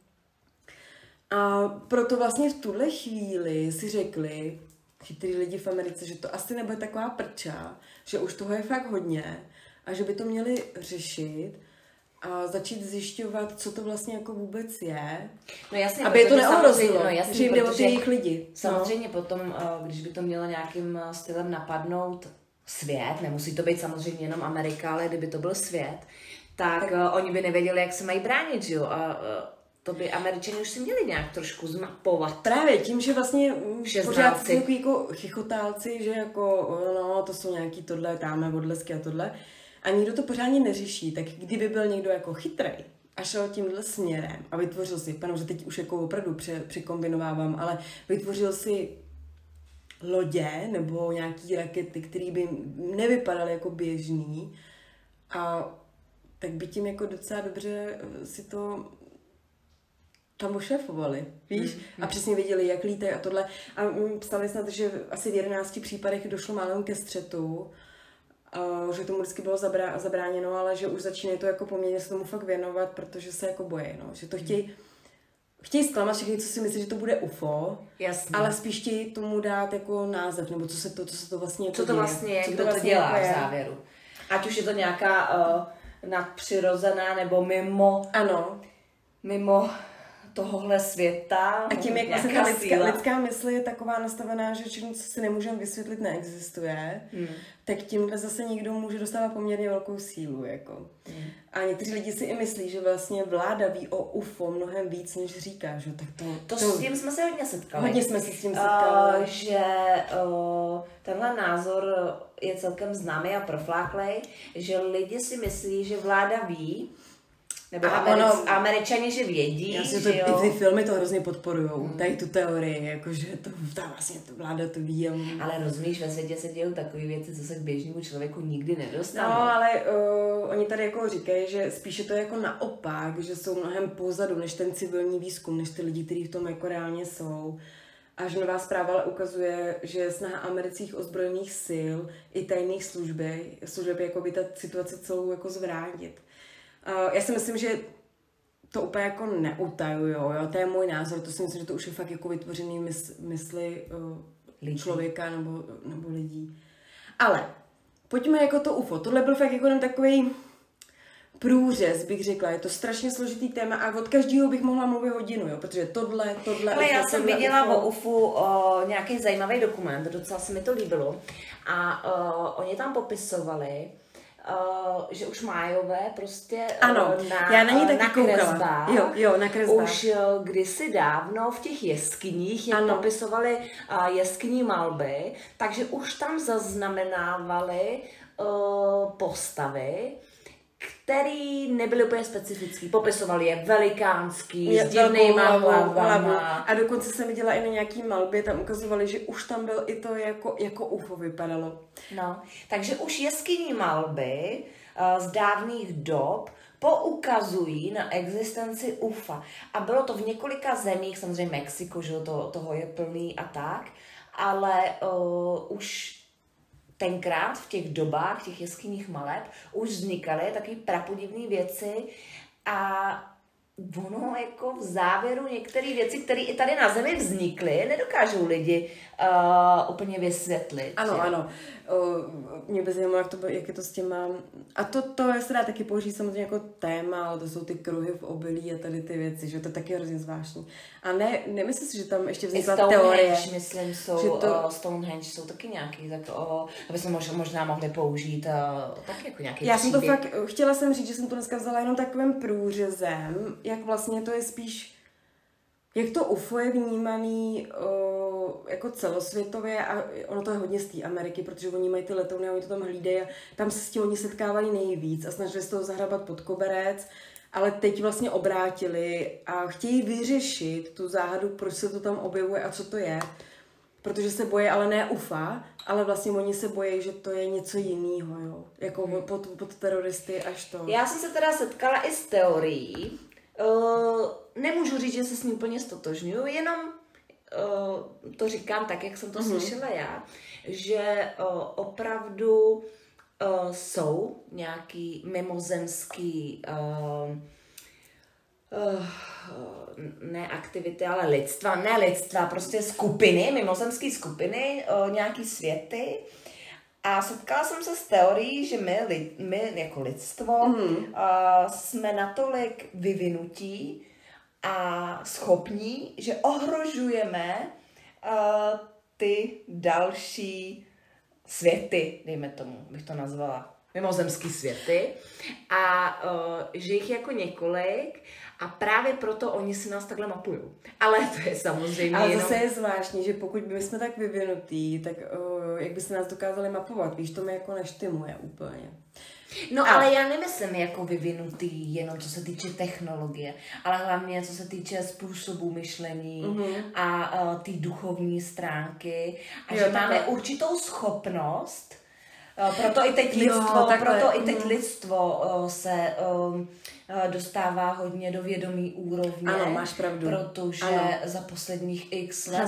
Speaker 2: A proto vlastně v tuhle chvíli si řekli chytrý lidi v Americe, že to asi nebude taková prča, že už toho je fakt hodně a že by to měli řešit a začít zjišťovat, co to vlastně jako vůbec je.
Speaker 1: No jasně,
Speaker 2: aby je to neohrozilo,
Speaker 1: no jasně,
Speaker 2: že jim jde o ty jejich lidi.
Speaker 1: Samozřejmě potom, když by to mělo nějakým stylem napadnout svět, nemusí to být samozřejmě jenom Amerika, ale kdyby to byl svět, tak oni by nevěděli, jak se mají bránit, že jo? A to by Američani už si měli nějak trošku zmapovat.
Speaker 2: Právě tím, že vlastně pořád
Speaker 1: Všeználci.
Speaker 2: jsou jako chichotálci, že jako no, to jsou nějaký tohle, tamhle odlesky a tohle. A nikdo to pořádně neřeší, tak kdyby byl někdo jako chytrej a šel tímhle směrem a vytvořil si, panu, že teď už jako opravdu překombinovávám, ale vytvořil si lodě nebo nějaký rakety, které by nevypadaly jako běžný a tak by tím jako docela dobře si to tam ošéfovali, víš? A přesně věděli, jak lítají a tohle. A psali snad, že asi v 11 případech došlo málem ke střetu, že tomu vždycky bylo zabráněno, ale že už začínají to jako poměrně se tomu fakt věnovat, protože se jako bojí, no. Že to chtějí zklamat všechny, co si myslí, že to bude UFO,
Speaker 1: Jasně.
Speaker 2: ale spíš chtějí tomu dát jako název, nebo co se to vlastně
Speaker 1: Co to vlastně je, kdo to
Speaker 2: vlastně
Speaker 1: dělá
Speaker 2: jako
Speaker 1: v závěru. Ať už je to nějaká nadpřirozená nebo mimo tohohle světa.
Speaker 2: A tím, jak vlastně ta lidská mysl je taková nastavená, že všechno, co si nemůžeme vysvětlit, neexistuje, tak tímhle zase někdo může dostávat poměrně velkou sílu. Jako. A někteří lidi si i myslí, že vlastně vláda ví o UFO mnohem víc, než říká. Že? Tak
Speaker 1: to s tím jsme se hodně setkali.
Speaker 2: Hodně jsme se s tím setkali.
Speaker 1: Že tenhle názor je celkem známý a profláklej, že lidi si myslí, že vláda ví, nebo Američani, že vědí, že jo.
Speaker 2: Ty filmy to hrozně podporujou, tady tu teorii, jakože ta vlastně vláda to ví.
Speaker 1: Ale rozumíš, ve světě se dějou takové věci, co se k běžnému člověku nikdy nedostanou.
Speaker 2: No, ale oni tady jako říkají, že spíše to je jako naopak, že jsou mnohem pozadu, než ten civilní výzkum, než ty lidi, kteří v tom jako reálně jsou. A že nová zpráva ale ukazuje, že snaha amerických ozbrojených sil i tajných služeb jako by ta situace celou jako zvrátit. Já si myslím, že to úplně jako neutajujou, jo? To je můj názor, to si myslím, že to už je fakt jako vytvořený mysli člověka nebo lidí. Ale pojďme jako to UFO, tohle byl fakt jako takový průřez, bych řekla, je to strašně složitý téma a od každého bych mohla mluvit hodinu, jo? Protože tohle.
Speaker 1: Ale já jsem viděla o UFO nějaký zajímavý dokument, docela se mi to líbilo a oni tam popisovali, že už májové prostě na kresbách.
Speaker 2: Jo, na kresbách.
Speaker 1: Už kdysi dávno v těch jeskyních, jak popisovali jeskyní malby, takže už tam zaznamenávali postavy, který nebyly úplně specifický. Popisovali je velikánský, s divnýma hlavama.
Speaker 2: A dokonce jsem viděla i na nějaký malbě, tam ukazovali, že už tam byl i to jako UFO vypadalo.
Speaker 1: No, takže už jeskyní malby z dávných dob poukazují na existenci UFA. A bylo to v několika zemích, samozřejmě Mexiko, že toho je plný a tak, ale už tenkrát v těch dobách, těch jeskyních maleb, už vznikaly takové prapodivné věci a ono jako v závěru některé věci, které i tady na Zemi vznikly, nedokážou lidi úplně vysvětlit.
Speaker 2: Ano. Mě by zajímalo, jak je to s těma... A to se dá taky použít samozřejmě jako téma, ale to jsou ty kruhy v obilí a tady ty věci, že to je taky hrozně zvláštní. A nemyslím si, že tam ještě vznikla teorie.
Speaker 1: Myslím, Stonehenge jsou taky nějaký, tak aby jsme možná mohli použít taky jako nějaký
Speaker 2: Já jsem to fakt, chtěla jsem říct, že jsem to dneska vzala jenom takovým průřezem, jak vlastně to je spíš, jak to UFO je vnímaný jako celosvětově a ono to je hodně z té Ameriky, protože oni mají ty letouny a oni to tam hlídají a tam se s tím oni setkávají nejvíc a snažili se toho zahrabat pod koberec, ale teď vlastně obrátili a chtějí vyřešit tu záhadu, proč se to tam objevuje a co to je. Protože se bojí, ale ne UFA, ale vlastně oni se bojí, že to je něco jiného, jo. Jako pod teroristy až to.
Speaker 1: Já jsem se teda setkala i s teorií. Nemůžu říct, že se s ní úplně stotožňuju, jenom to říkám tak, jak jsem to slyšela já, že opravdu jsou nějaký mimozemský ne aktivity, ale lidstva, prostě skupiny, mimozemské skupiny, nějaký světy. A setkala jsem se s teorií, že my jako lidstvo jsme natolik vyvinutí a schopní, že ohrožujeme ty další světy, dejme tomu, bych to nazvala, mimozemský světy, a že jich jako několik a právě proto oni si nás takhle mapujou. Ale to je samozřejmě
Speaker 2: ale zase je zvláštní, že pokud by jsme tak vyvinutý, tak jak by se nás dokázali mapovat, víš, to mi jako neštimuje úplně.
Speaker 1: No ale já nemyslím jako vyvinutý jenom co se týče technologie, ale hlavně co se týče způsobu myšlení a ty duchovní stránky a že máme určitou schopnost, proto i teď lidstvo se dostává hodně do vědomí úrovně.
Speaker 2: Ano, máš pravdu.
Speaker 1: Protože za posledních x let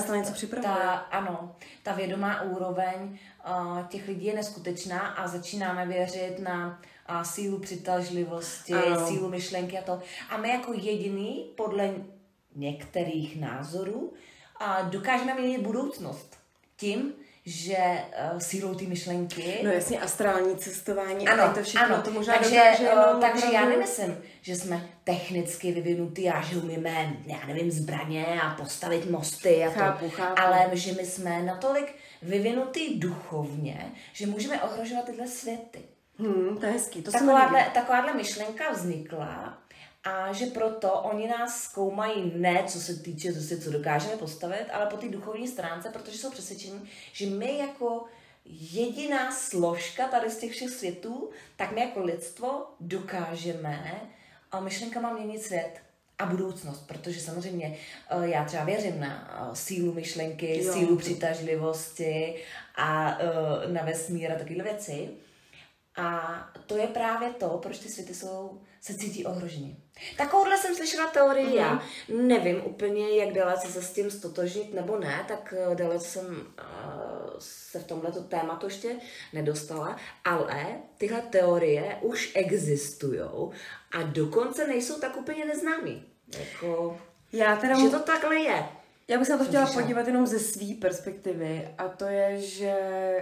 Speaker 1: ta vědomá úroveň těch lidí je neskutečná a začínáme věřit na sílu přitažlivosti, sílu myšlenky a to. A my jako jediný, podle některých názorů, dokážeme měnit budoucnost tím, že sílou ty myšlenky.
Speaker 2: No jasně, astrální cestování
Speaker 1: a
Speaker 2: to všechno to možná
Speaker 1: takže já nemyslím, že jsme technicky vyvinutý a že umíme, já nevím, zbraně a postavit mosty a
Speaker 2: chápu.
Speaker 1: Ale že my jsme natolik vyvinutý duchovně, že můžeme ohrožovat tyhle světy.
Speaker 2: To je hezký.
Speaker 1: Takováhle myšlenka vznikla a že proto oni nás zkoumají ne, co se týče, co dokážeme postavit, ale po té duchovní stránce, protože jsou přesvědčení, že my jako jediná složka tady z těch všech světů, tak my jako lidstvo dokážeme myšlenkama měnit svět a budoucnost, protože samozřejmě já třeba věřím na sílu myšlenky, sílu přitažlivosti a na vesmír a takovéhle věci. A to je právě to, proč ty světy se cítí ohroženi. Takovouhle jsem slyšela teorii já. Nevím úplně, jak dalece se s tím stotožnit nebo ne, tak dalece jsem se v tomhleto tématu ještě nedostala, ale tyhle teorie už existujou a dokonce nejsou tak úplně neznámý. Jako, že to takhle je.
Speaker 2: Já bych se na to chtěla podívat jenom ze své perspektivy a to je, že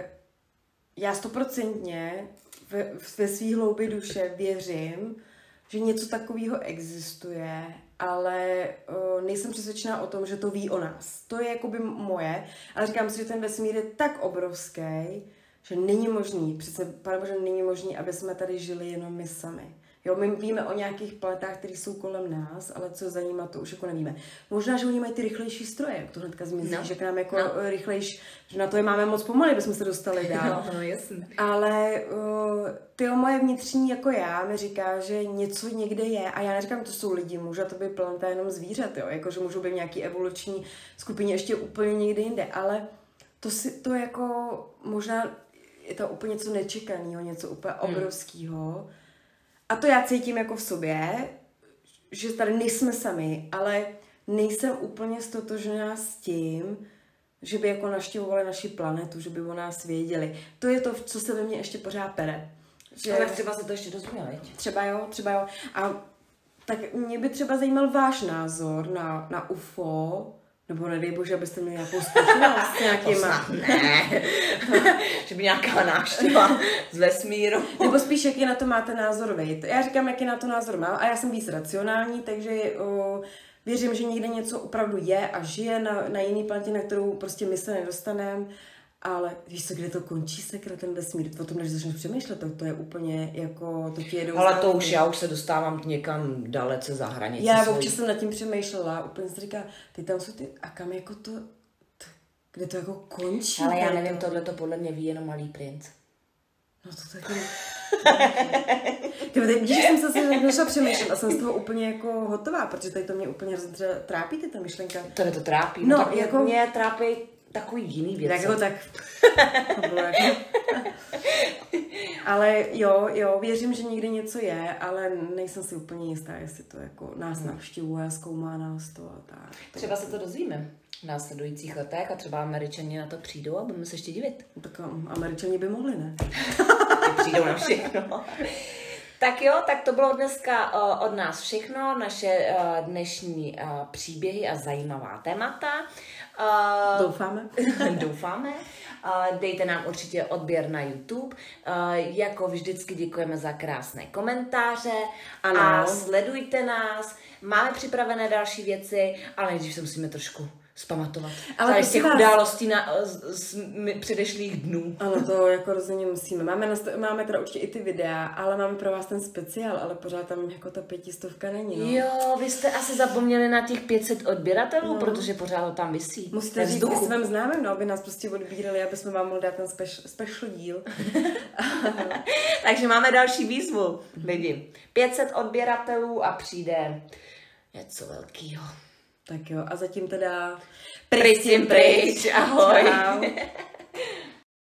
Speaker 2: já 100% ve svý hloubi duše věřím, že něco takového existuje, ale nejsem přesvědčená o tom, že to ví o nás. To je jakoby moje, ale říkám si, že ten vesmír je tak obrovský, že není možný, přece Panebože, není možný, aby jsme tady žili jenom my sami. Jo, my víme o nějakých planetách, které jsou kolem nás, ale co za nima, to už jako nevíme. Možná, že oni mají ty rychlejší stroje, jak to hnedka zmizí, že k nám jako rychlejší, že na to je máme moc pomaly, abychom se dostali dál.
Speaker 1: No, jasně.
Speaker 2: Ale moje vnitřní jako já mi říká, že něco někde je a já neříkám, to jsou lidi, může to být planeta jenom zvířat, jo, jako že můžou být nějaký evoluční skupině ještě úplně někde jinde, ale to jako možná je to úplně něco nečekaného, něco úplně obrovského. A to já cítím jako v sobě, že tady nejsme sami, ale nejsem úplně stotožná s tím, že by jako navštěvovali naši planetu, že by o nás věděli. To je to, co se ve mně ještě pořád pere.
Speaker 1: Že... Ale třeba se to ještě dozvíme, veď?
Speaker 2: Třeba jo. A tak mě by třeba zajímal váš názor na UFO, nebo nedej bože, abyste měli nějakou zkušenost s nějakýma...
Speaker 1: Ne, že by nějaká návštěva z vesmíru.
Speaker 2: Nebo spíš, jaký na to máte názor vy. Já říkám, jaký na to názor mám a já jsem víc racionální, takže věřím, že někde něco opravdu je a žije na jiný planetě, na kterou prostě my se nedostaneme. Ale víš co, kde to končí, sakra, ten vesmír? O tom, než začneš přemýšlet, to je úplně jako, to ti jedou.
Speaker 1: Ale to už, já už se dostávám někam dalece za hranici.
Speaker 2: Já občas jsem nad tím přemýšlela, úplně si říká, ty tam jsou ty, a kam jako to kde to jako končí?
Speaker 1: Ale já nevím, tohle to podle mě ví jenom Malý princ.
Speaker 2: No to taky. Ty vidíš, že jsem se začala přemýšlet a jsem z toho úplně jako hotová, protože tady to mě úplně hrozně trápí, ta myšlenka.
Speaker 1: To mě to trápí,
Speaker 2: no
Speaker 1: tak
Speaker 2: jako...
Speaker 1: mě trápí takový jiný věc.
Speaker 2: Tak to bylo jako... Ale jo, věřím, že někde něco je, ale nejsem si úplně jistá, jestli to jako nás navštěvuje, zkoumá nás to a tak.
Speaker 1: Třeba se to dozvíme v následujících letech a třeba Američani na to přijdou a budeme se ještě divit.
Speaker 2: Tak Američani by mohli, ne?
Speaker 1: přijdou na všechno. Tak jo, tak to bylo dneska od nás všechno, naše dnešní příběhy a zajímavá témata.
Speaker 2: Doufáme.
Speaker 1: Doufáme. Dejte nám určitě odběr na YouTube. Jako vždycky děkujeme za krásné komentáře.
Speaker 2: Ano.
Speaker 1: A sledujte nás. Máme připravené další věci, ale nejdřív se musíme trošku zpamatovat. Ale z těch událostí z předešlých dnů.
Speaker 2: Ano, to jako rozhodně musíme. Máme teda určitě i ty videa, ale máme pro vás ten speciál, ale pořád tam jako ta 500 není, no.
Speaker 1: Jo, vy jste asi zapomněli na těch 500 odběratelů, protože pořád to tam visí.
Speaker 2: Musíte říct i svým známým, no, aby nás prostě odbírali, aby jsme vám mohli dát ten special díl.
Speaker 1: Takže máme další výzvu, lidi. 500 odběratelů a přijde něco velkýho.
Speaker 2: Tak jo, a zatím teda
Speaker 1: pryč, ahoj.
Speaker 2: Ahoj.